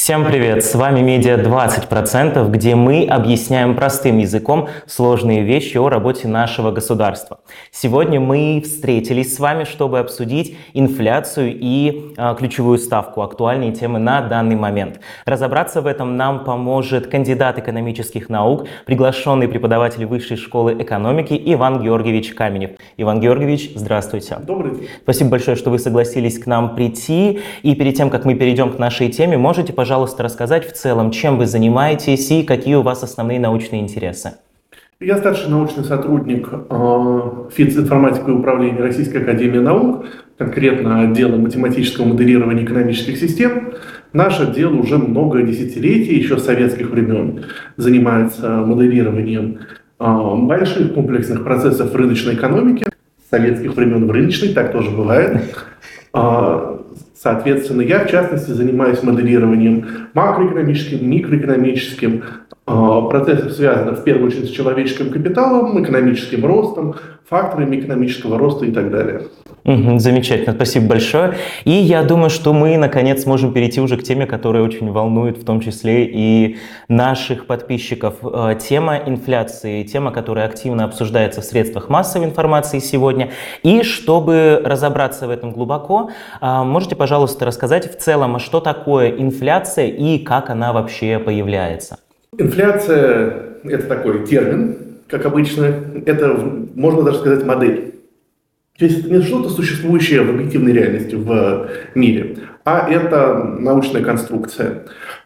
Всем привет! С вами Медиа 20%, где мы объясняем простым языком сложные вещи о работе нашего государства. Сегодня мы встретились с вами, чтобы обсудить инфляцию и ключевую ставку, актуальные темы на данный момент. Разобраться в этом нам поможет кандидат экономических наук, приглашенный преподаватель Высшей школы экономики Иван Георгиевич Каменев. Иван Георгиевич, здравствуйте. Добрый день. Спасибо большое, что вы согласились к нам прийти. И перед тем, как мы перейдем к нашей теме, можете, пожалуйста, рассказать в целом, чем вы занимаетесь и какие у вас основные научные интересы? Я старший научный сотрудник физинформатики и управления Российской академии наук, конкретно отдела математического моделирования экономических систем. Наш отдел уже много десятилетий, еще с советских времен, занимается моделированием больших комплексных процессов в рыночной экономике. С советских времен в рыночной, так тоже бывает. Соответственно, я, в частности, занимаюсь моделированием макроэкономическим, микроэкономическим процессов, связанных в первую очередь с человеческим капиталом, экономическим ростом, факторами экономического роста и так далее. Замечательно, спасибо большое. И я думаю, что мы, наконец, сможем перейти уже к теме, которая очень волнует, в том числе и наших подписчиков. Тема инфляции, тема, которая активно обсуждается в средствах массовой информации сегодня. И чтобы разобраться в этом глубоко, можете, пожалуйста, рассказать в целом, что такое инфляция и как она вообще появляется? Инфляция – это такой термин, как обычно. Это, можно даже сказать, модель. То есть это не что-то существующее в объективной реальности в мире, а это научная конструкция.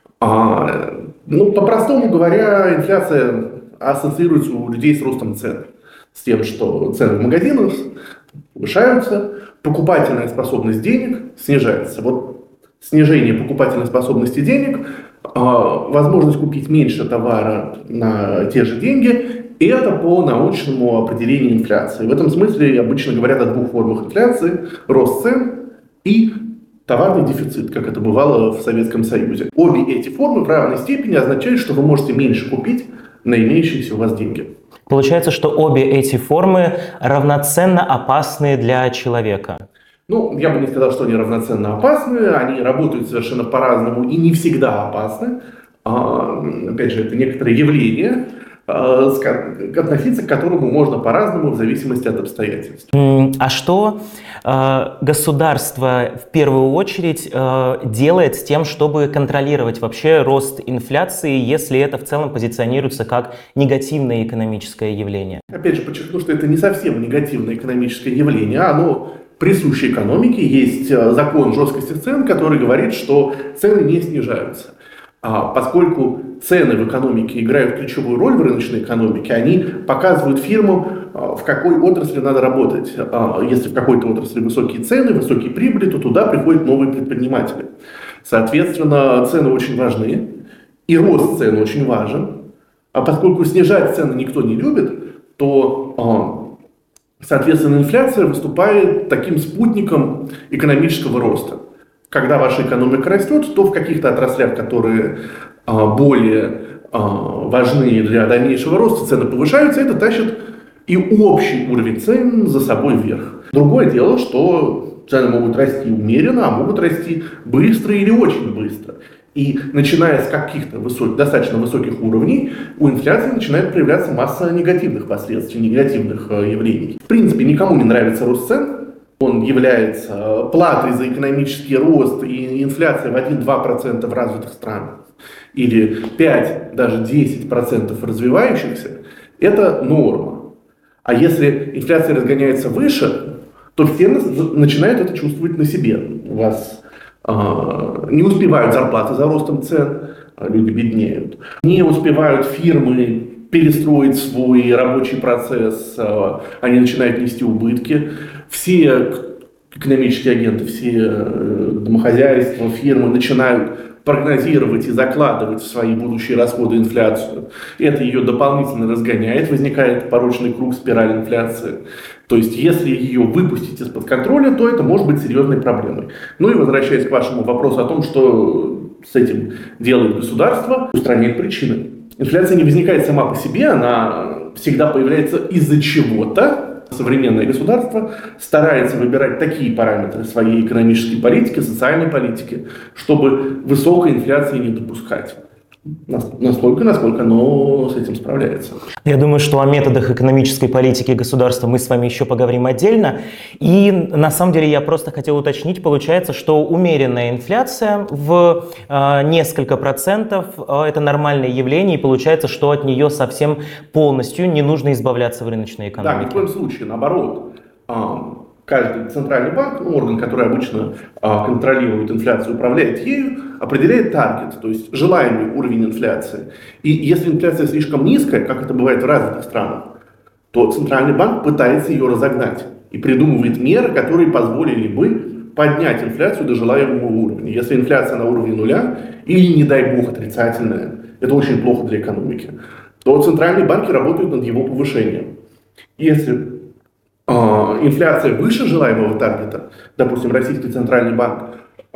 По-простому говоря, инфляция ассоциируется у людей с ростом цен. С тем, что цены в магазинах повышаются, покупательная способность денег снижается. Вот снижение покупательной способности денег, возможность купить меньше товара на те же деньги – это по научному определению инфляции. В этом смысле обычно говорят о двух формах инфляции – рост цен и товарный дефицит, как это бывало в Советском Союзе. Обе эти формы в равной степени означают, что вы можете меньше купить на имеющиеся у вас деньги. Получается, что обе эти формы равноценно опасны для человека. Я бы не сказал, что они равноценно опасны, они работают совершенно по-разному и не всегда опасны. Опять же, это некоторое явление, относиться к которому можно по-разному в зависимости от обстоятельств. А что государство в первую очередь делает с тем, чтобы контролировать вообще рост инфляции, если это в целом позиционируется как негативное экономическое явление? Опять же, подчеркну, что это не совсем негативное экономическое явление, оно присуще экономике. Есть закон жесткости цен, который говорит, что цены не снижаются. Поскольку цены в экономике играют ключевую роль в рыночной экономике, они показывают фирмам, в какой отрасли надо работать. Если в какой-то отрасли высокие цены, высокие прибыли, то туда приходят новые предприниматели. Соответственно, цены очень важны, и рост цен очень важен. А поскольку снижать цены никто не любит, то, соответственно, инфляция выступает таким спутником экономического роста. Когда ваша экономика растет, то в каких-то отраслях, которые более важны для дальнейшего роста, цены повышаются, это тащит и общий уровень цен за собой вверх. Другое дело, что цены могут расти умеренно, а могут расти быстро или очень быстро. И начиная с каких-то достаточно высоких уровней, у инфляции начинает проявляться масса негативных последствий, негативных явлений. В принципе, никому не нравится рост цен. Он является платой за экономический рост и инфляция в 1-2% в развитых странах или 5, даже 10% в развивающихся, это норма. А если инфляция разгоняется выше, то все начинают это чувствовать на себе. У вас не успевают зарплаты за ростом цен, люди беднеют. Не успевают фирмы перестроить свой рабочий процесс, они начинают нести убытки. Все экономические агенты, все домохозяйства, фирмы начинают прогнозировать и закладывать в свои будущие расходы инфляцию. Это ее дополнительно разгоняет, возникает порочный круг, спираль инфляции. То есть, если ее выпустить из-под контроля, то это может быть серьезной проблемой. И возвращаясь к вашему вопросу о том, что с этим делает государство, устраняет причины. Инфляция не возникает сама по себе, она всегда появляется из-за чего-то. Современное государство старается выбирать такие параметры своей экономической политики, социальной политики, чтобы высокой инфляции не допускать. Насколько оно с этим справляется. Я думаю, что о методах экономической политики государства мы с вами еще поговорим отдельно. И на самом деле я просто хотел уточнить, получается, что умеренная инфляция в несколько процентов – это нормальное явление, и получается, что от нее совсем полностью не нужно избавляться в рыночной экономике. Да, ни в коем случае, наоборот. Каждый центральный банк, орган, который обычно контролирует инфляцию, управляет ею, определяет таргет, то есть желаемый уровень инфляции. И если инфляция слишком низкая, как это бывает в развитых странах, то центральный банк пытается ее разогнать и придумывает меры, которые позволили бы поднять инфляцию до желаемого уровня. Если инфляция на уровне нуля или, не дай бог, отрицательная, это очень плохо для экономики, то центральные банки работают над его повышением. Если инфляция выше желаемого таргета, допустим, Российский центральный банк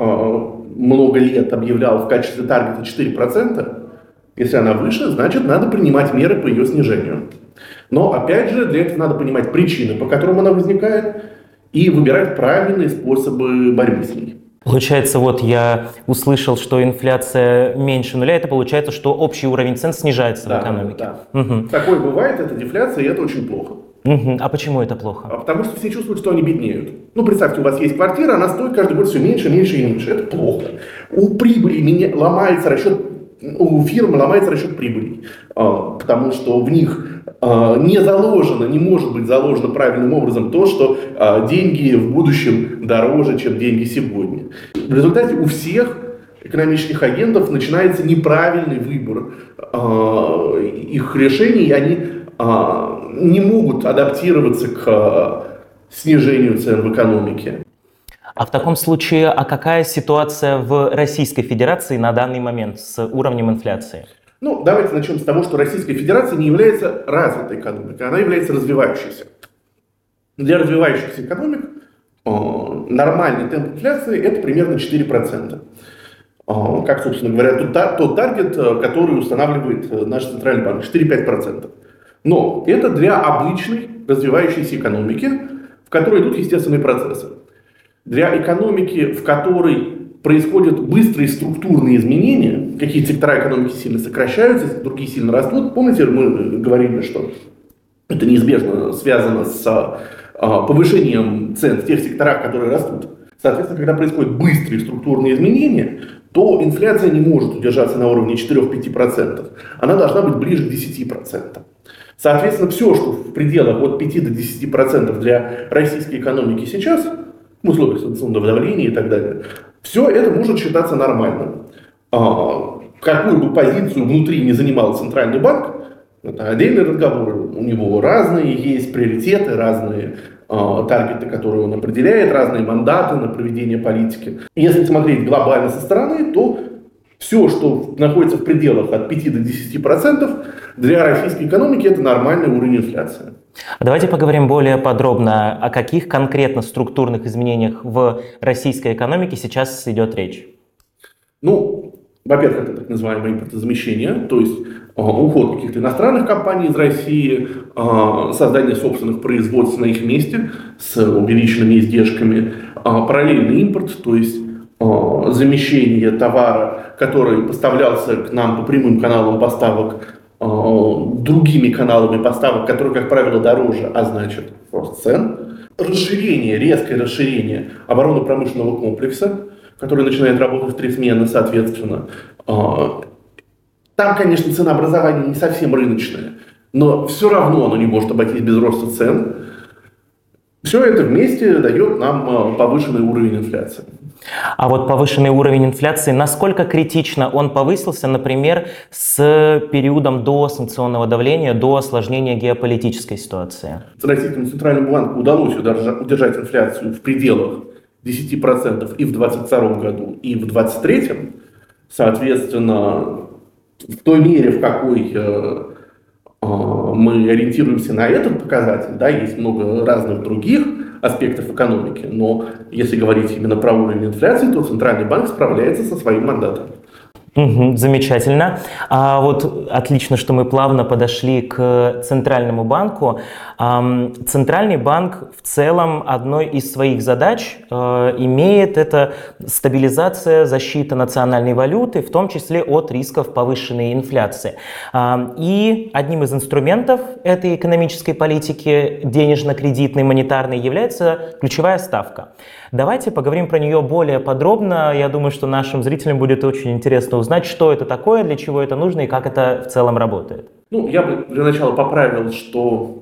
много лет объявлял в качестве таргета 4%, если она выше, значит, надо принимать меры по ее снижению. Но, опять же, для этого надо понимать причины, по которым она возникает, и выбирать правильные способы борьбы с ней. Получается, вот я услышал, что инфляция меньше нуля, это получается, что общий уровень цен снижается в экономике. Да. Угу. Такое бывает, это дефляция, и это очень плохо. А почему это плохо? Потому что все чувствуют, что они беднеют. Представьте, у вас есть квартира, она стоит каждый год все меньше, меньше и меньше. Это плохо. У прибыли ломается расчет, у фирмы ломается расчет прибыли, потому что в них не заложено, не может быть заложено правильным образом то, что деньги в будущем дороже, чем деньги сегодня. В результате у всех экономических агентов начинается неправильный выбор их решений, и они не могут адаптироваться к снижению цен в экономике. А в таком случае, какая ситуация в Российской Федерации на данный момент с уровнем инфляции? Давайте начнем с того, что Российская Федерация не является развитой экономикой, она является развивающейся. Для развивающихся экономик нормальный темп инфляции – это примерно 4%. Как, собственно говоря, тот таргет, который устанавливает наш центральный банк – 4-5%. Но это для обычной развивающейся экономики, в которой идут естественные процессы. Для экономики, в которой происходят быстрые структурные изменения, какие-то сектора экономики сильно сокращаются, другие сильно растут. Помните, мы говорили, что это неизбежно связано с повышением цен в тех секторах, которые растут. Соответственно, когда происходят быстрые структурные изменения, то инфляция не может удержаться на уровне 4-5%. Она должна быть ближе к 10%. Соответственно, все, что в пределах от 5 до 10% для российской экономики сейчас, в условиях санкционного давления и так далее, все это может считаться нормальным. Какую бы позицию внутри не занимал Центральный банк, это отдельный разговор, у него разные есть приоритеты, разные таргеты, которые он определяет, разные мандаты на проведение политики. Если смотреть глобально со стороны, то все, что находится в пределах от 5 до 10%, для российской экономики это нормальный уровень инфляции. Давайте поговорим более подробно, о каких конкретно структурных изменениях в российской экономике сейчас идет речь. Во-первых, это так называемое импортозамещение, то есть уход каких-то иностранных компаний из России, создание собственных производств на их месте с увеличенными издержками, параллельный импорт, то есть замещение товара, который поставлялся к нам по прямым каналам поставок, другими каналами поставок, которые, как правило, дороже, а значит, рост цен. Резкое расширение оборонно-промышленного комплекса, который начинает работать в 3 смены, соответственно. Там, конечно, ценообразование не совсем рыночное, но все равно оно не может обойтись без роста цен. Все это вместе дает нам повышенный уровень инфляции. А вот повышенный уровень инфляции, насколько критично он повысился, например, с периодом до санкционного давления, до осложнения геополитической ситуации? Российскому центральному банку удалось удержать инфляцию в пределах 10% и в 2022 году, и в 2023. Соответственно, в той мере, в какой мы ориентируемся на этот показатель, да, есть много разных других аспектов экономики, но если говорить именно про уровень инфляции, то Центральный банк справляется со своим мандатом. Замечательно. Вот отлично, что мы плавно подошли к Центральному банку. Центральный банк в целом одной из своих задач имеет это стабилизация, защита национальной валюты, в том числе от рисков повышенной инфляции. И одним из инструментов этой экономической политики, денежно-кредитной, монетарной, является ключевая ставка. Давайте поговорим про нее более подробно. Я думаю, что нашим зрителям будет очень интересно узнать, что это такое, для чего это нужно и как это в целом работает. Я бы для начала поправил, что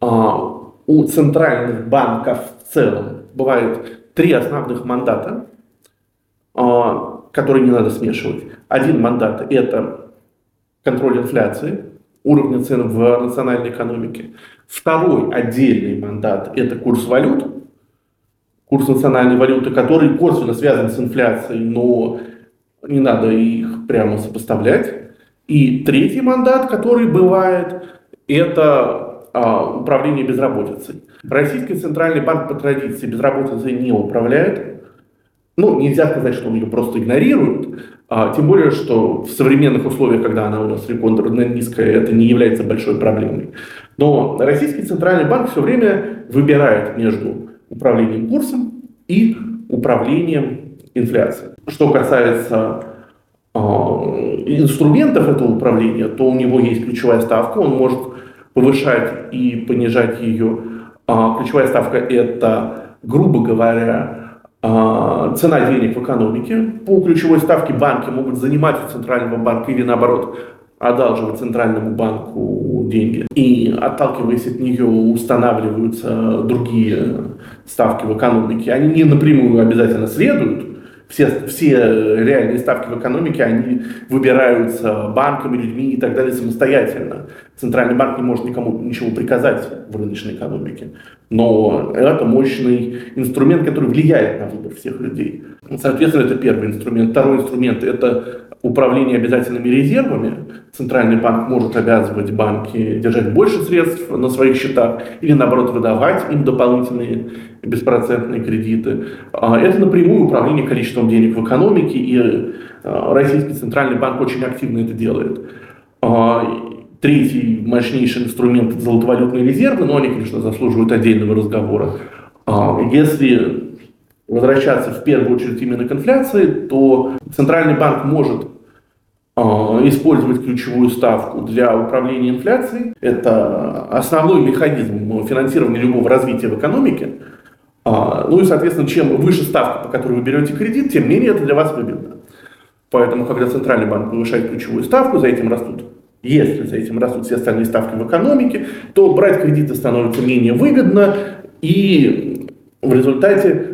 у центральных банков в целом бывает 3 основных мандата, которые не надо смешивать. Один мандат – это контроль инфляции, уровня цен в национальной экономике. Второй отдельный мандат – это курс валют, курс национальной валюты, который косвенно связан с инфляцией, но не надо их прямо сопоставлять. И третий мандат, который бывает, это управление безработицей. Российский центральный банк по традиции безработицей не управляет. Нельзя сказать, что он ее просто игнорирует, тем более, что в современных условиях, когда она у нас рекордно низкая, это не является большой проблемой. Но Российский центральный банк все время выбирает между управлением курсом и управлением инфляцией. Что касается инструментов этого управления, то у него есть ключевая ставка, он может повышать и понижать ее. Ключевая ставка – это, грубо говоря, цена денег в экономике. По ключевой ставке банки могут занимать у центрального банка или наоборот одалживать центральному банку деньги. И отталкиваясь от нее, устанавливаются другие ставки в экономике. Они не напрямую обязательно следуют. Все реальные ставки в экономике, они выбираются банками, людьми и так далее самостоятельно. Центральный банк не может никому ничего приказать в рыночной экономике. Но это мощный инструмент, который влияет на выбор всех людей. Соответственно, это первый инструмент. Второй инструмент – это управление обязательными резервами. Центральный банк может обязывать банки держать больше средств на своих счетах или, наоборот, выдавать им дополнительные беспроцентные кредиты. Это напрямую управление количеством денег в экономике, и Российский центральный банк очень активно это делает. Третий мощнейший инструмент – это золотовалютные резервы, но они, конечно, заслуживают отдельного разговора. Если возвращаться в первую очередь именно к инфляции, то Центральный банк может использовать ключевую ставку для управления инфляцией. Это основной механизм финансирования любого развития в экономике. И, соответственно, чем выше ставка, по которой вы берете кредит, тем менее это для вас выгодно. Поэтому, когда Центральный банк повышает ключевую ставку, если за этим растут все остальные ставки в экономике, то брать кредиты становится менее выгодно, и в результате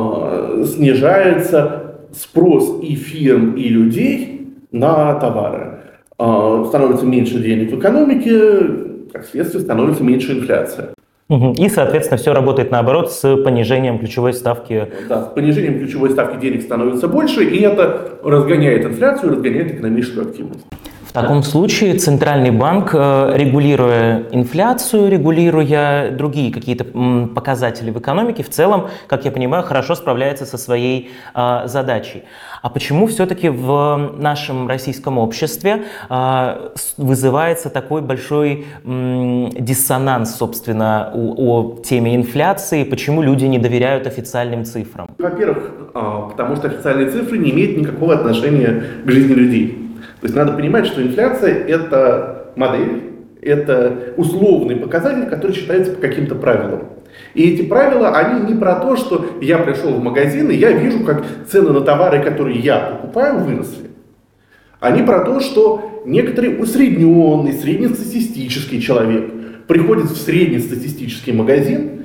снижается спрос и фирм, и людей на товары. Становится меньше денег в экономике, как следствие становится меньше инфляция. И, соответственно, все работает наоборот с понижением ключевой ставки. Да, с понижением ключевой ставки денег становится больше, и это разгоняет инфляцию, разгоняет экономическую активность. В таком случае Центральный банк, регулируя инфляцию, регулируя другие какие-то показатели в экономике, в целом, как я понимаю, хорошо справляется со своей задачей. А почему все-таки в нашем российском обществе вызывается такой большой диссонанс, собственно, о теме инфляции? Почему люди не доверяют официальным цифрам? Во-первых, потому что официальные цифры не имеют никакого отношения к жизни людей. То есть надо понимать, что инфляция – это модель, это условный показатель, который считается по каким-то правилам. И эти правила, они не про то, что я пришел в магазин, и я вижу, как цены на товары, которые я покупаю, выросли. Они про то, что некоторый усредненный, среднестатистический человек приходит в среднестатистический магазин,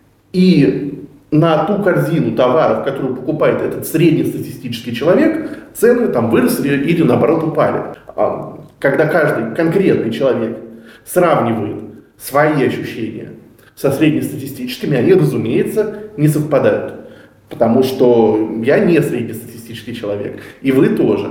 и на ту корзину товаров, которую покупает этот среднестатистический человек, цены там выросли или наоборот упали. Когда каждый конкретный человек сравнивает свои ощущения со среднестатистическими, они, разумеется, не совпадают. Потому что я не среднестатистический человек, и вы тоже.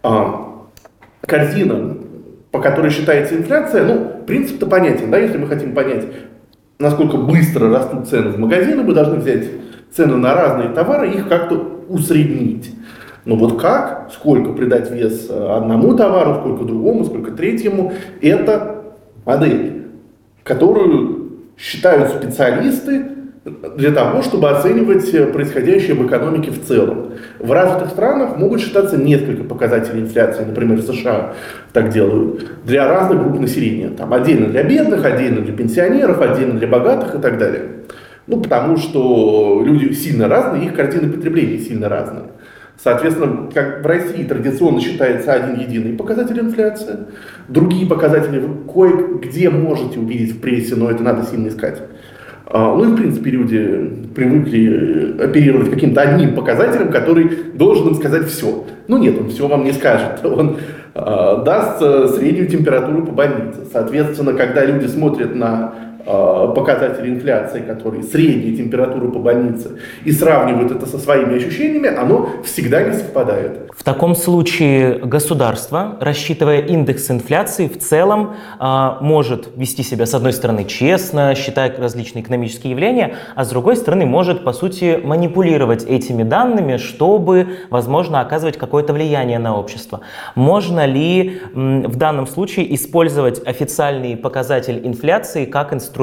Корзина, по которой считается инфляция, принцип-то понятен, да, если мы хотим понять, насколько быстро растут цены в магазине, мы должны взять цены на разные товары и их как-то усреднить. Но вот как, сколько придать вес одному товару, сколько другому, сколько третьему, это модель, которую считают специалисты для того, чтобы оценивать происходящее в экономике в целом. В развитых странах могут считаться несколько показателей инфляции, например, в США так делают, для разных групп населения. Там отдельно для бедных, отдельно для пенсионеров, отдельно для богатых и так далее. Ну, потому что люди сильно разные, их картины потребления сильно разные. Соответственно, как в России традиционно считается один единый показатель инфляции, другие показатели вы кое-где можете увидеть в прессе, но это надо сильно искать. Ну и в принципе люди привыкли оперировать каким-то одним показателем, который должен им сказать все. Ну нет, он все вам не скажет, он даст среднюю температуру по больнице. Соответственно, когда люди смотрят на показатели инфляции, которые среднюю температуру по больнице, и сравнивают это со своими ощущениями, оно всегда не совпадает. В таком случае государство, рассчитывая индекс инфляции, в целом может вести себя, с одной стороны, честно, считая различные экономические явления, а с другой стороны, может, по сути, манипулировать этими данными, чтобы, возможно, оказывать какое-то влияние на общество. Можно ли в данном случае использовать официальный показатель инфляции как инструмент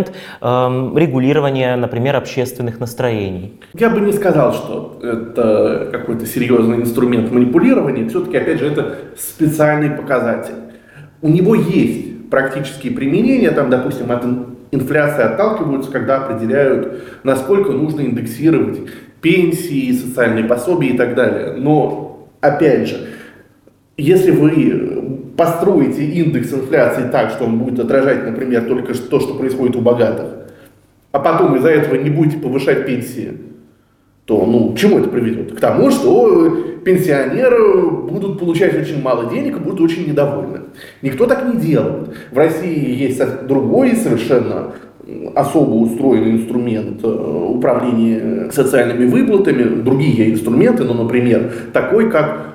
регулирования, например, общественных настроений? Я бы не сказал, что это какой-то серьезный инструмент манипулирования. Все-таки, опять же, это специальный показатель. У него есть практические применения, там, допустим, от инфляции отталкиваются, когда определяют, насколько нужно индексировать пенсии, социальные пособия и так далее. Но, опять же, если вы построите индекс инфляции так, что он будет отражать, например, только то, что происходит у богатых, а потом из-за этого не будете повышать пенсии, то, к чему это приведет? К тому, что пенсионеры будут получать очень мало денег и будут очень недовольны. Никто так не делает. В России есть другой совершенно особо устроенный инструмент управления социальными выплатами, другие инструменты, например, такой, как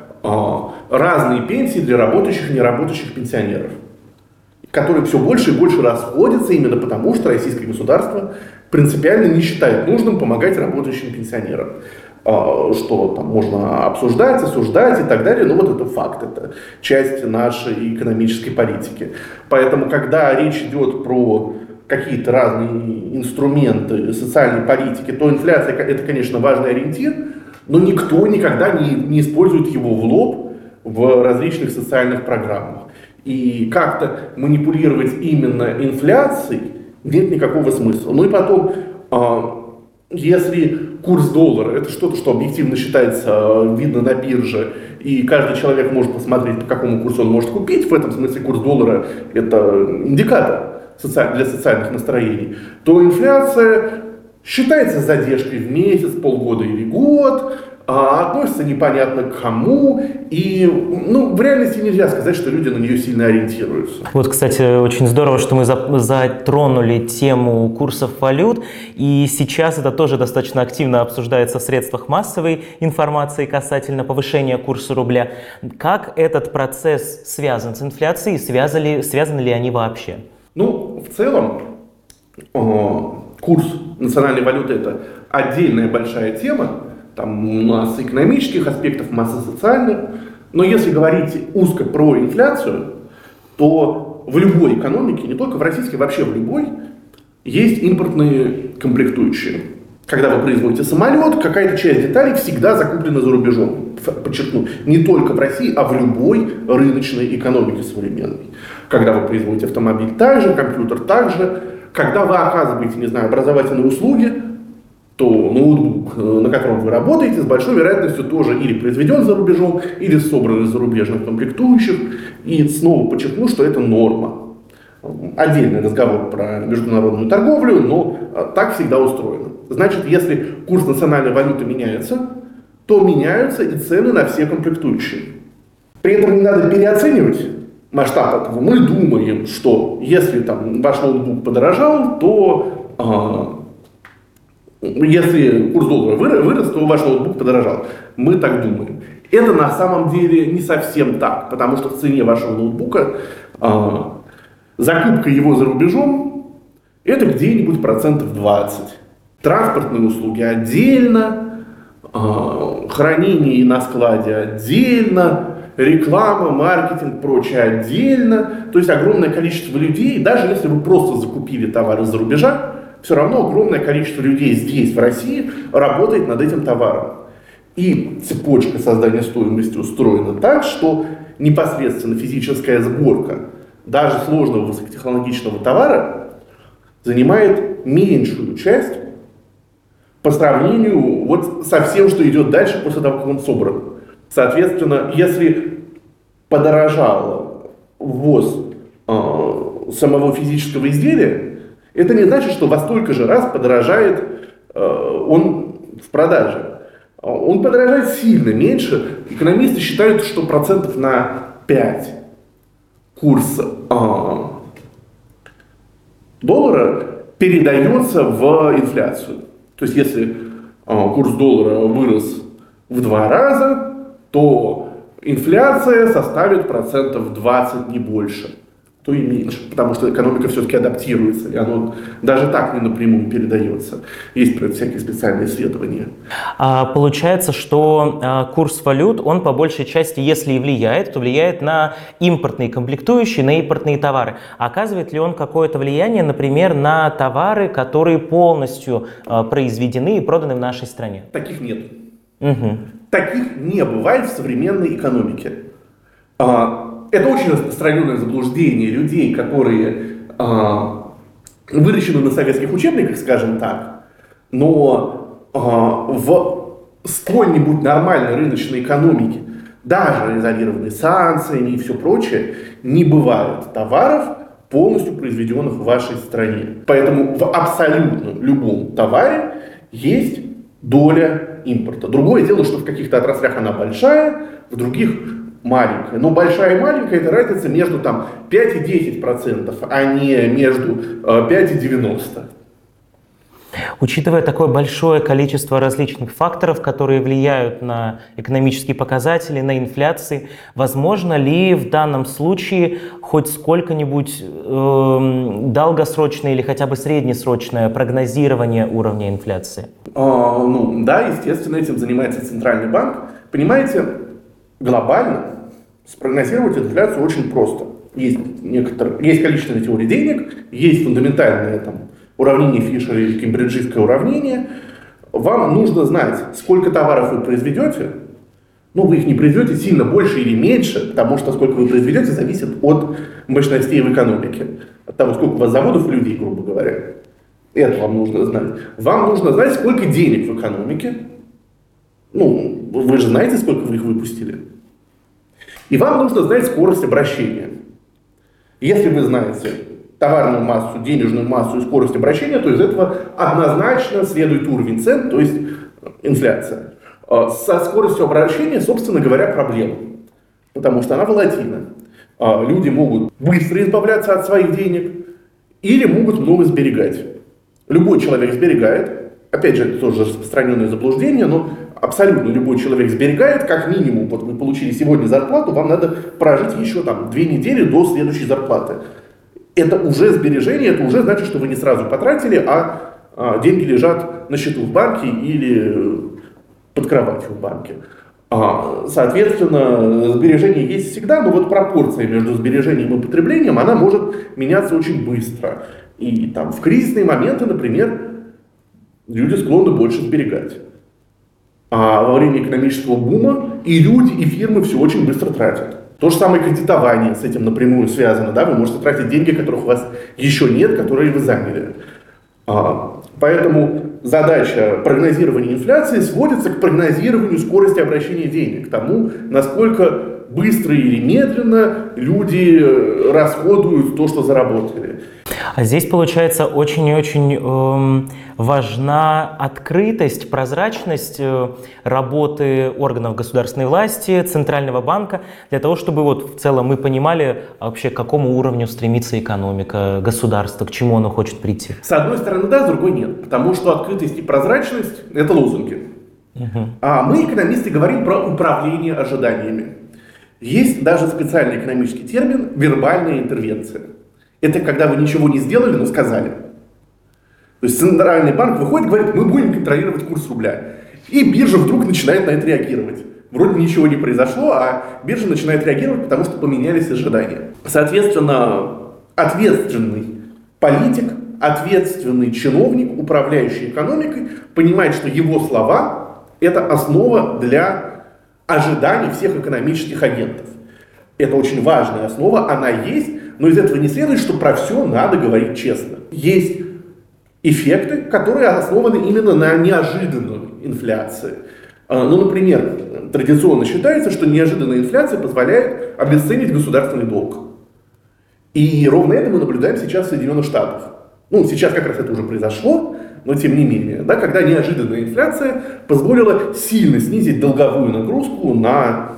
разные пенсии для работающих и неработающих пенсионеров, которые все больше и больше расходятся именно потому, что российское государство принципиально не считает нужным помогать работающим пенсионерам. Что там можно обсуждать, осуждать и так далее, но вот это факт, это часть нашей экономической политики. Поэтому, когда речь идет про какие-то разные инструменты социальной политики, то инфляция это, конечно, важный ориентир, но никто никогда не использует его в лоб в различных социальных программах. И как-то манипулировать именно инфляцией нет никакого смысла. Ну и потом, если курс доллара, это что-то, что объективно считается, видно на бирже, и каждый человек может посмотреть, по какому курсу он может купить, в этом смысле курс доллара это индикатор для социальных настроений, то инфляция считается с задержкой в месяц, полгода или год, относится непонятно к кому, и в реальности нельзя сказать, что люди на нее сильно ориентируются. Вот, кстати, очень здорово, что мы затронули тему курсов валют, и сейчас это тоже достаточно активно обсуждается в средствах массовой информации касательно повышения курса рубля. Как этот процесс связан с инфляцией, связаны ли они вообще? В целом, курс национальной валюты – это отдельная большая тема. Там масса экономических аспектов, масса социальных. Но если говорить узко про инфляцию, то в любой экономике, не только в российской, вообще в любой, есть импортные комплектующие. Когда вы производите самолет, какая-то часть деталей всегда закуплена за рубежом. Подчеркну, не только в России, а в любой рыночной экономике современной. Когда вы производите автомобиль, также, компьютер также. Когда вы оказываете, образовательные услуги, то ноутбук, на котором вы работаете, с большой вероятностью тоже или произведен за рубежом, или собран из зарубежных комплектующих. И снова подчеркну, что это норма. Отдельный разговор про международную торговлю, но так всегда устроено. Значит, если курс национальной валюты меняется, то меняются и цены на все комплектующие. При этом не надо переоценивать масштаб этого. Мы думаем, что если ваш ноутбук подорожал, то если курс доллара вырос, то ваш ноутбук подорожал. Мы так думаем. Это на самом деле не совсем так, потому что в цене вашего ноутбука закупка его за рубежом это где-нибудь 20%. Транспортные услуги отдельно, хранение на складе отдельно, реклама, маркетинг, прочее отдельно. То есть огромное количество людей, даже если вы просто закупили товар из-за рубежа, все равно огромное количество людей здесь, в России, работает над этим товаром. И цепочка создания стоимости устроена так, что непосредственно физическая сборка даже сложного высокотехнологичного товара занимает меньшую часть по сравнению вот со всем, что идет дальше после того, как он собран. Соответственно, если подорожал ввоз самого физического изделия, это не значит, что во столько же раз подорожает он в продаже. Он подорожает сильно меньше. Экономисты считают, что процентов на 5 курс доллара передается в инфляцию. То есть, если курс доллара вырос в 2 раза, то инфляция составит процентов 20, не больше, то и меньше, потому что экономика все-таки адаптируется, и оно даже так не напрямую передается. Есть про это всякие специальные исследования. Получается, что курс валют, он по большей части, если и влияет, то влияет на импортные комплектующие, на импортные товары. Оказывает ли он какое-то влияние, например, на товары, которые полностью произведены и проданы в нашей стране? Таких нет. Угу. Таких не бывает в современной экономике. Это очень распространенное заблуждение людей, которые выращены на советских учебниках, скажем так, но в сколь-нибудь нормальной рыночной экономике, даже изолированной санкциями и все прочее, не бывает товаров, полностью произведенных в вашей стране. Поэтому в абсолютно любом товаре есть доля импорта. Другое дело, что в каких-то отраслях она большая, в других маленькая. Но большая и маленькая — это разница между 5 и 10%, а не между 5 и 90%. Учитывая такое большое количество различных факторов, которые влияют на экономические показатели, на инфляцию, возможно ли в данном случае хоть сколько-нибудь долгосрочное или хотя бы среднесрочное прогнозирование уровня инфляции? Да, естественно, этим занимается Центральный банк. Понимаете, глобально спрогнозировать инфляцию очень просто. Есть количественная теория денег, есть фундаментальное уравнение Фишера или кембриджское уравнение. Вам нужно знать, сколько товаров вы произведете. Вы их не произведете сильно больше или меньше, потому что сколько вы произведете, зависит от мощностей в экономике. От того, сколько у вас заводов и людей, грубо говоря. Это вам нужно знать. Вам нужно знать, сколько денег в экономике. Вы же знаете, сколько вы их выпустили. И вам нужно знать скорость обращения. Если вы знаете товарную массу, денежную массу и скорость обращения, то из этого однозначно следует уровень цен, то есть инфляция. Со скоростью обращения, собственно говоря, проблема, потому что она волатильна. Люди могут быстро избавляться от своих денег или могут много сберегать. Любой человек сберегает, опять же, это тоже распространенное заблуждение, но абсолютно любой человек сберегает, как минимум, вот вы получили сегодня зарплату, вам надо прожить еще 2 недели до следующей зарплаты. Это уже сбережение, это уже значит, что вы не сразу потратили, а деньги лежат на счету в банке или под кроватью в банке. Соответственно, сбережение есть всегда, но вот пропорция между сбережением и потреблением, она может меняться очень быстро. И в кризисные моменты, например, люди склонны больше сберегать. А во время экономического бума и люди, и фирмы все очень быстро тратят. То же самое кредитование с этим напрямую связано. Вы можете тратить деньги, которых у вас еще нет, которые вы заняли. Поэтому задача прогнозирования инфляции сводится к прогнозированию скорости обращения денег, к тому, насколько быстро или медленно люди расходуют то, что заработали. А здесь, получается, очень и очень важна открытость, прозрачность работы органов государственной власти, Центрального банка, для того, чтобы в целом мы понимали вообще, к какому уровню стремится экономика, государство, к чему оно хочет прийти. С одной стороны, да, с другой нет, потому что открытость и прозрачность – это лозунги. А мы, экономисты, говорим про управление ожиданиями. Есть даже специальный экономический термин «вербальная интервенция». Это когда вы ничего не сделали, но сказали. То есть Центральный банк выходит и говорит: мы будем контролировать курс рубля. И биржа вдруг начинает на это реагировать. Вроде ничего не произошло, а биржа начинает реагировать, потому что поменялись ожидания. Соответственно, ответственный политик, ответственный чиновник, управляющий экономикой, понимает, что его слова – это основа для ожиданий всех экономических агентов. Это очень важная основа, она есть, но из этого не следует, что про все надо говорить честно. Есть эффекты, которые основаны именно на неожиданной инфляции. Ну, например, традиционно считается, что неожиданная инфляция позволяет обесценить государственный долг. И ровно это мы наблюдаем сейчас в Соединенных Штатах. Ну, сейчас как раз это уже произошло, но тем не менее, да, когда неожиданная инфляция позволила сильно снизить долговую нагрузку на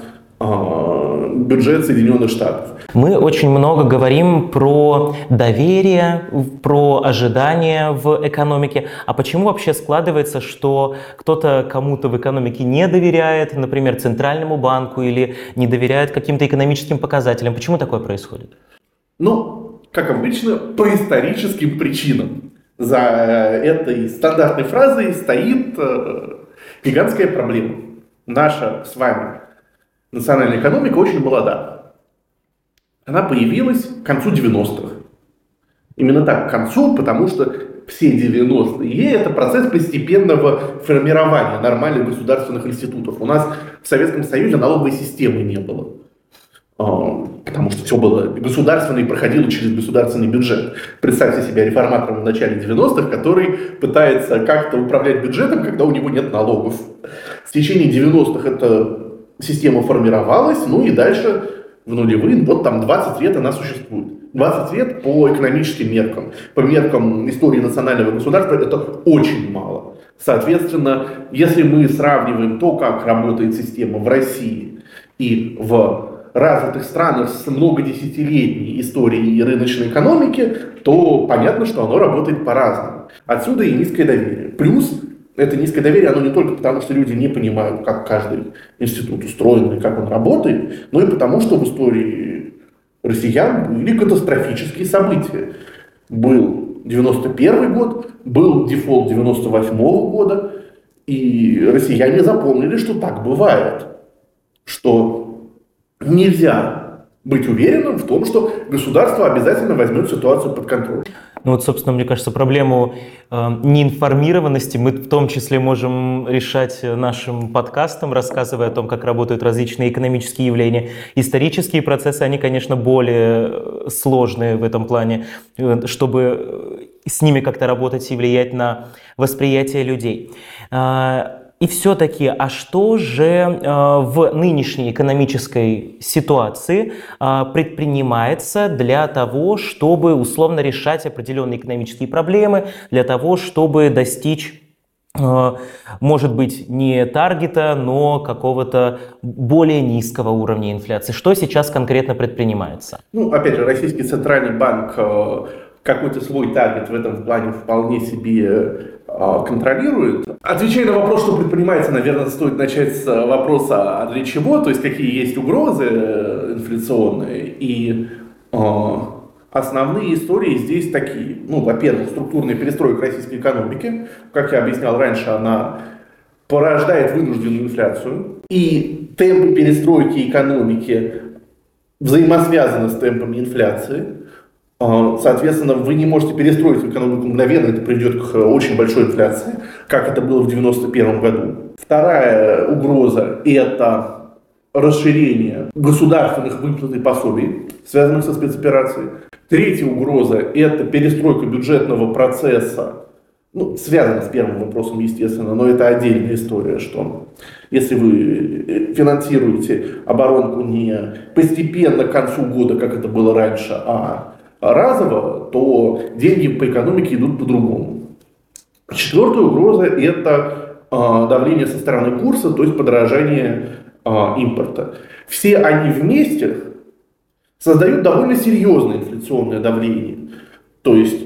бюджет Соединенных Штатов. Мы очень много говорим про доверие, про ожидания в экономике. А почему вообще складывается, что кто-то кому-то в экономике не доверяет, например, Центральному банку, или не доверяет каким-то экономическим показателям? Почему такое происходит? Ну, как обычно, по историческим причинам. За этой стандартной фразой стоит гигантская проблема. Наша с вами национальная экономика очень молода. Она появилась к концу 90-х. Именно так, к концу, потому что все 90-е – это процесс постепенного формирования нормальных государственных институтов. У нас в Советском Союзе налоговой системы не было. Потому что все было государственное и проходило через государственный бюджет. Представьте себе реформатора в начале 90-х, который пытается как-то управлять бюджетом, когда у него нет налогов. В течение 90-х эта система формировалась, ну и дальше в нулевые, вот там 20 лет она существует. 20 лет по экономическим меркам. По меркам истории национального государства это очень мало. Соответственно, если мы сравниваем то, как работает система в России и в развитых странах с многодесятилетней историей рыночной экономики, то понятно, что оно работает по-разному. Отсюда и низкое доверие. Плюс это низкое доверие, оно не только потому, что люди не понимают, как каждый институт устроен и как он работает, но и потому, что в истории россиян были катастрофические события. Был 91 год, был дефолт 98 года, и россияне запомнили, что так бывает, что нельзя быть уверенным в том, что государство обязательно возьмет ситуацию под контроль. Ну вот, собственно, мне кажется, проблему неинформированности мы в том числе можем решать нашим подкастом, рассказывая о том, как работают различные экономические явления. Исторические процессы, они, конечно, более сложные в этом плане, чтобы с ними как-то работать и влиять на восприятие людей. И все-таки, а что же в нынешней экономической ситуации предпринимается для того, чтобы условно решать определенные экономические проблемы, для того, чтобы достичь, может быть, не таргета, но какого-то более низкого уровня инфляции? Что сейчас конкретно предпринимается? Ну, опять же, Российский Центральный банк какой-то свой таргет в этом плане вполне себе контролирует. Отвечая на вопрос, что предпринимается, наверное, стоит начать с вопроса, а для чего, то есть какие есть угрозы инфляционные. И основные истории здесь такие. Ну, во-первых, структурная перестройка российской экономики. Как я объяснял раньше, она порождает вынужденную инфляцию. И темпы перестройки экономики взаимосвязаны с темпами инфляции. Соответственно, вы не можете перестроить экономику мгновенно, это приведет к очень большой инфляции, как это было в 1991 году. Вторая угроза – это расширение государственных выплат и пособий, связанных со спецоперацией. Третья угроза – это перестройка бюджетного процесса, ну, связано с первым вопросом, естественно, но это отдельная история, что если вы финансируете оборонку не постепенно к концу года, как это было раньше, а разово, то деньги по экономике идут по-другому. Четвертая угроза – это давление со стороны курса, то есть подорожание импорта. Все они вместе создают довольно серьезное инфляционное давление. То есть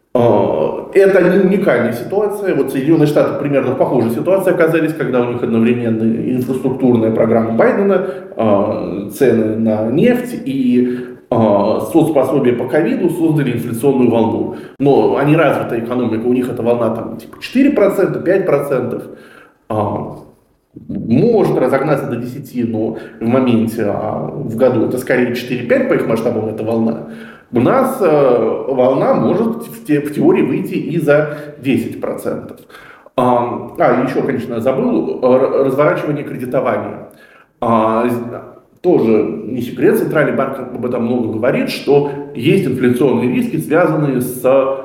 это не уникальная ситуация. Вот Соединенные Штаты примерно в похожей ситуации оказались, когда у них одновременно инфраструктурная программа Байдена, цены на нефть и соцпособия по ковиду создали инфляционную волну. Но они развитая экономика, у них эта волна там типа 4%, 5%. может разогнаться до 10, но в моменте, в году это скорее 4-5 по их масштабам, эта волна. У нас волна может в теории выйти и за 10%. Еще, конечно, забыл, разворачивание кредитования. Тоже не секрет, Центральный банк об этом много говорит, что есть инфляционные риски, связанные с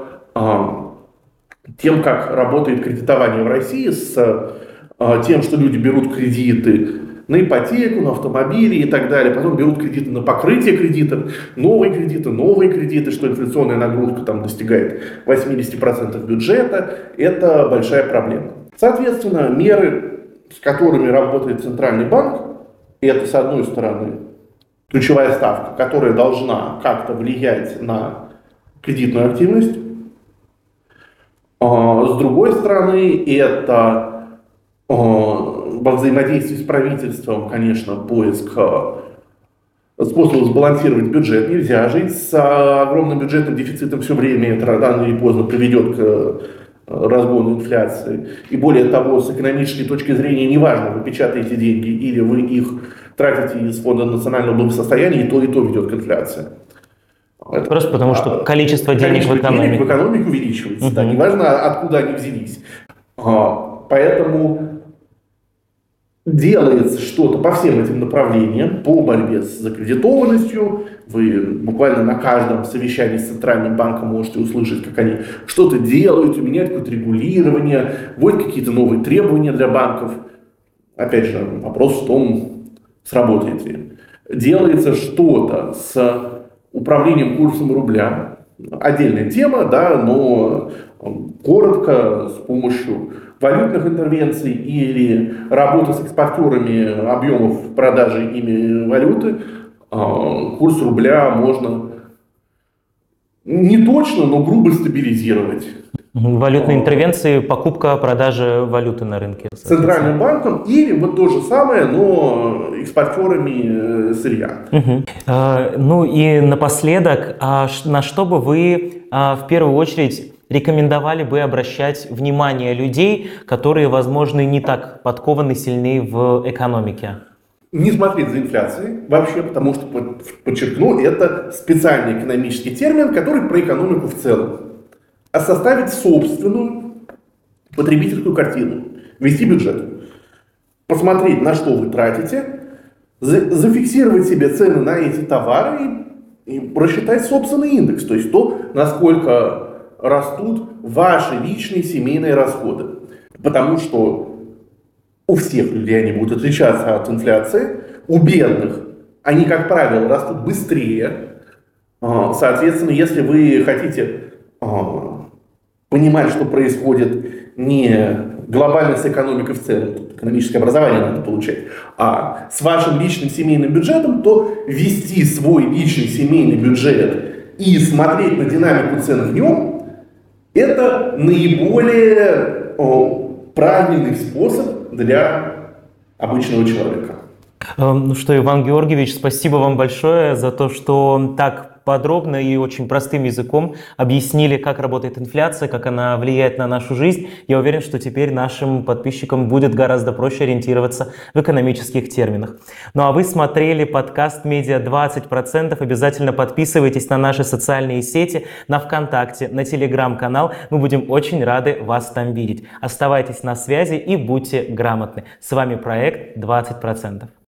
тем, как работает кредитование в России, с тем, что люди берут кредиты на ипотеку, на автомобили и так далее, потом берут кредиты на покрытие кредитов, новые кредиты, что инфляционная нагрузка там достигает 80% бюджета, это большая проблема. Соответственно, меры, с которыми работает Центральный банк, это, с одной стороны, ключевая ставка, которая должна как-то влиять на кредитную активность. С другой стороны, это во взаимодействии с правительством, конечно, поиск способов сбалансировать бюджет. Нельзя жить с огромным бюджетным дефицитом все время, это рано или поздно приведет к разгону инфляции. И более того, с экономической точки зрения, неважно, вы печатаете деньги или вы их тратите из Фонда национального благосостояния, и то ведет к инфляции. Просто потому, что количество денег в экономике увеличивается, да, неважно, откуда они взялись. Поэтому делается что-то по всем этим направлениям, по борьбе с закредитованностью. Вы буквально на каждом совещании с Центральным банком можете услышать, как они что-то делают, меняют какое-то регулирование, вводят какие-то новые требования для банков. Опять же, вопрос в том, сработает ли. Делается что-то с управлением курсом рубля. Отдельная тема, да, но коротко, с помощью валютных интервенций или работы с экспортерами объемов продажи ими валюты, курс рубля можно не точно, но грубо стабилизировать. Валютные интервенции, покупка, продажа валюты на рынке. Центральным банком или вот то же самое, но экспортерами сырья. Ну и напоследок, на что бы вы в первую очередь рекомендовали бы обращать внимание людей, которые, возможно, не так подкованы, сильны в экономике? Не смотреть за инфляцией вообще, потому что, подчеркну, это специальный экономический термин, который про экономику в целом. А составить собственную потребительскую картину, вести бюджет, посмотреть, на что вы тратите, зафиксировать себе цены на эти товары и рассчитать собственный индекс, то есть то, насколько растут ваши личные семейные расходы. Потому что у всех людей они будут отличаться от инфляции, у бедных они, как правило, растут быстрее. Соответственно, если вы хотите понимать, что происходит не глобально с экономикой в целом, тут экономическое образование надо получать, а с вашим личным семейным бюджетом, то вести свой личный семейный бюджет и смотреть на динамику цен в нем — это наиболее правильный способ для обычного человека. Ну что, Иван Георгиевич, спасибо вам большое за то, что так подробно и очень простым языком объяснили, как работает инфляция, как она влияет на нашу жизнь. Я уверен, что теперь нашим подписчикам будет гораздо проще ориентироваться в экономических терминах. Ну а вы смотрели подкаст «Медиа 20%». Обязательно подписывайтесь на наши социальные сети, на ВКонтакте, на Телеграм-канал. Мы будем очень рады вас там видеть. Оставайтесь на связи и будьте грамотны. С вами проект 20%.